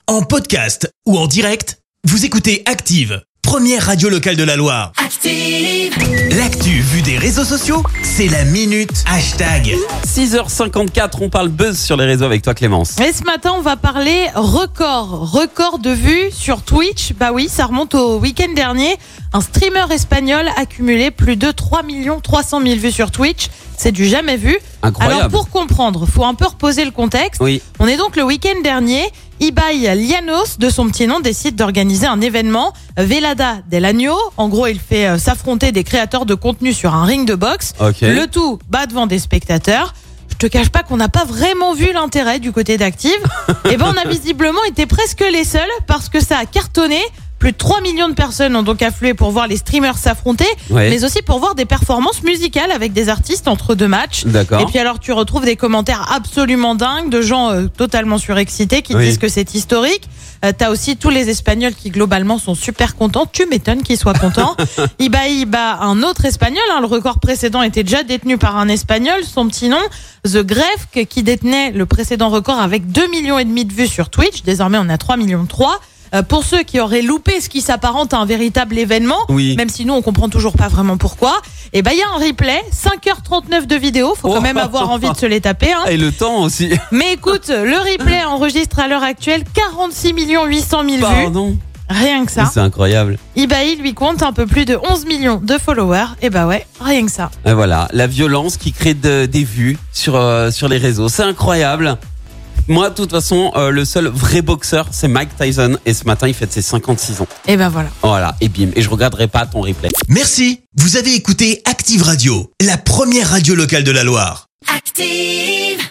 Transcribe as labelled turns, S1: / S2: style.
S1: En podcast ou en direct, vous écoutez Active, première radio locale de la Loire. Active! L'actu vue des réseaux sociaux, c'est la minute hashtag.
S2: 6h54, on parle buzz sur les réseaux avec toi Clémence.
S3: Et ce matin, on va parler record de vues sur Twitch. Bah oui, ça remonte au week-end dernier. Un streamer espagnol a cumulé plus de 3 300 000 vues sur Twitch. C'est du jamais vu.
S2: Incroyable.
S3: Alors pour comprendre, faut un peu reposer le contexte.
S2: Oui.
S3: On est donc le week-end dernier. Ibai Llanos, de son petit nom, décide d'organiser un événement, Velada del Año. En gros, il fait s'affronter des créateurs de contenu sur un ring de boxe.
S2: Okay.
S3: Le tout devant des spectateurs. Je te cache pas qu'on n'a pas vraiment vu l'intérêt du côté d'Active. Et ben, on a visiblement été presque les seuls parce que ça a cartonné. Plus de 3 millions de personnes ont donc afflué pour voir les streamers s'affronter, mais aussi pour voir des performances musicales avec des artistes entre deux matchs.
S2: D'accord.
S3: Et puis alors, tu retrouves des commentaires absolument dingues de gens totalement surexcités qui disent que c'est historique. T'as aussi tous les Espagnols qui globalement sont super contents. Tu m'étonnes qu'ils soient contents. Ibai bat un autre Espagnol. Le record précédent était déjà détenu par un Espagnol. Son petit nom, The Grefg, qui détenait le précédent record avec 2,5 millions de vues sur Twitch. Désormais, on a 3,3 millions. Pour ceux qui auraient loupé ce qui s'apparente à un véritable événement, même si nous on comprend toujours pas vraiment pourquoi, et ben il y a un replay, 5h39 de vidéo, faut quand même avoir envie de se les taper. Hein.
S2: Et le temps aussi.
S3: Mais écoute, le replay enregistre à l'heure actuelle 46 800 000 vues.
S2: Pardon.
S3: Rien que ça.
S2: C'est incroyable.
S3: Ibai lui compte un peu plus de 11 millions de followers. Et bah ouais, rien que ça.
S2: Et voilà, la violence qui crée des vues sur les réseaux, c'est incroyable. Moi, de toute façon, le seul vrai boxeur, c'est Mike Tyson. Et ce matin, il fête ses 56 ans.
S3: Et ben voilà.
S2: Voilà, et bim. Et je regarderai pas ton replay.
S1: Merci, vous avez écouté Active Radio, la première radio locale de la Loire.
S4: Active!